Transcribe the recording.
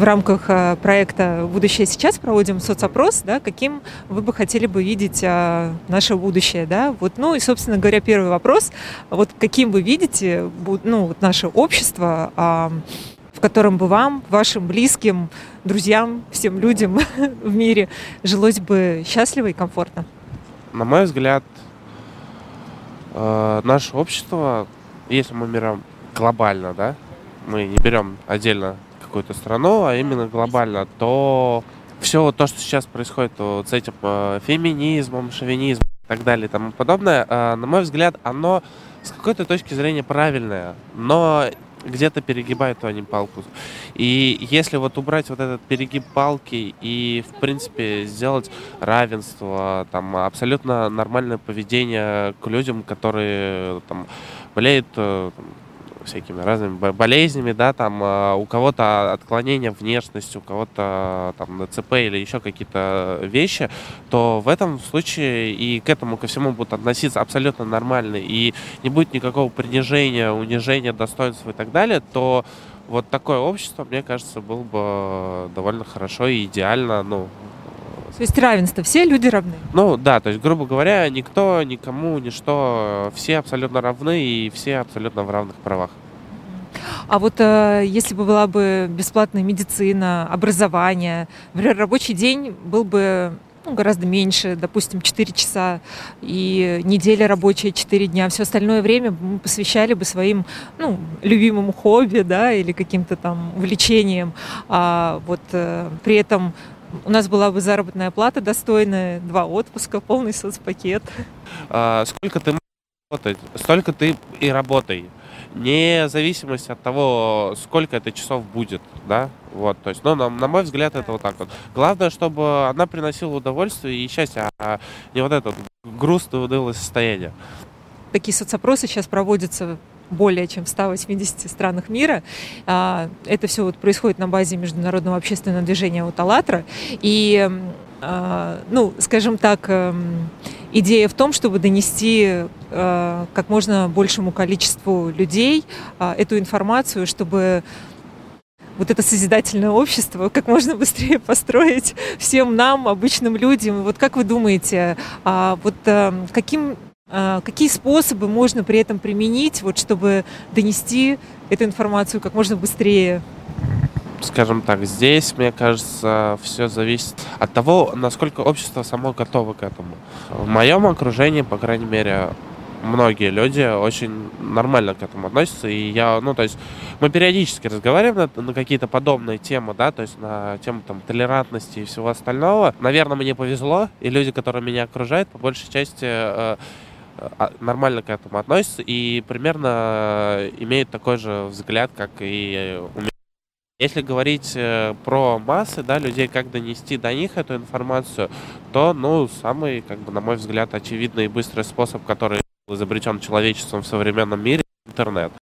в рамках проекта «Будущее сейчас» проводим соцопрос, да, каким вы бы хотели бы видеть наше будущее, да, вот, ну и, собственно говоря, первый вопрос, вот каким вы видите, ну, вот наше общество, в котором бы вам, вашим близким, друзьям, всем людям в мире жилось бы счастливо и комфортно? На мой взгляд, наше общество, если мы берем глобально, да, мы не берем отдельно какую-то страну, а именно глобально, то все то, что сейчас происходит вот с этим феминизмом, шовинизмом и так далее и тому подобное, на мой взгляд, оно с какой-то точки зрения правильное, но где-то перегибают они палку. И если вот убрать вот этот перегиб палки и, в принципе, сделать равенство, там, абсолютно нормальное поведение к людям, которые там болеют всякими разными болезнями, да, там у кого-то отклонение внешности, у кого-то там ДЦП или еще какие-то вещи, то в этом случае и к этому ко всему будут относиться абсолютно нормально, и не будет никакого принижения, унижения достоинства и так далее, то вот такое общество, мне кажется, было бы довольно хорошо и идеально, ну. То есть равенство, все люди равны? Ну да, то есть, грубо говоря, никто, никому, ничто, все абсолютно равны и все абсолютно в равных правах. А вот если бы была бы бесплатная медицина, образование, например, рабочий день был бы гораздо меньше, допустим, 4 часа, и неделя рабочая 4 дня, все остальное время мы посвящали бы своим, любимым хобби, да, или каким-то там увлечениям, вот при этом у нас была бы заработная плата достойная, 2 отпуска, полный соцпакет. Сколько ты можешь работать, столько ты и работай. Вне зависимости от того, сколько это часов будет, да, вот, то есть, на мой взгляд, это вот так вот. Главное, чтобы она приносила удовольствие и счастье, а не вот это вот грустное, унылое состояние. Такие соцопросы сейчас проводятся более чем в 180 странах мира. Это все вот происходит на базе международного общественного движения вот «АЛЛАТРА». И, скажем так, идея в том, чтобы донести как можно большему количеству людей эту информацию, чтобы вот это созидательное общество как можно быстрее построить всем нам, обычным людям. Вот как вы думаете, какие способы можно при этом применить, вот, чтобы донести эту информацию как можно быстрее? Скажем так, здесь, мне кажется, все зависит от того, насколько общество само готово к этому. В моем окружении, по крайней мере, многие люди очень нормально к этому относятся, и то есть мы периодически разговариваем на какие-то подобные темы, да, то есть на тему там толерантности и всего остального. Наверное, мне повезло, и люди, которые меня окружают, по большей части нормально к этому относятся и примерно имеют такой же взгляд, как и у меня. Если говорить про массы, да, людей, как донести до них эту информацию, то, самый, на мой взгляд, очевидный и быстрый способ, который был изобретен человечеством в современном мире — интернет.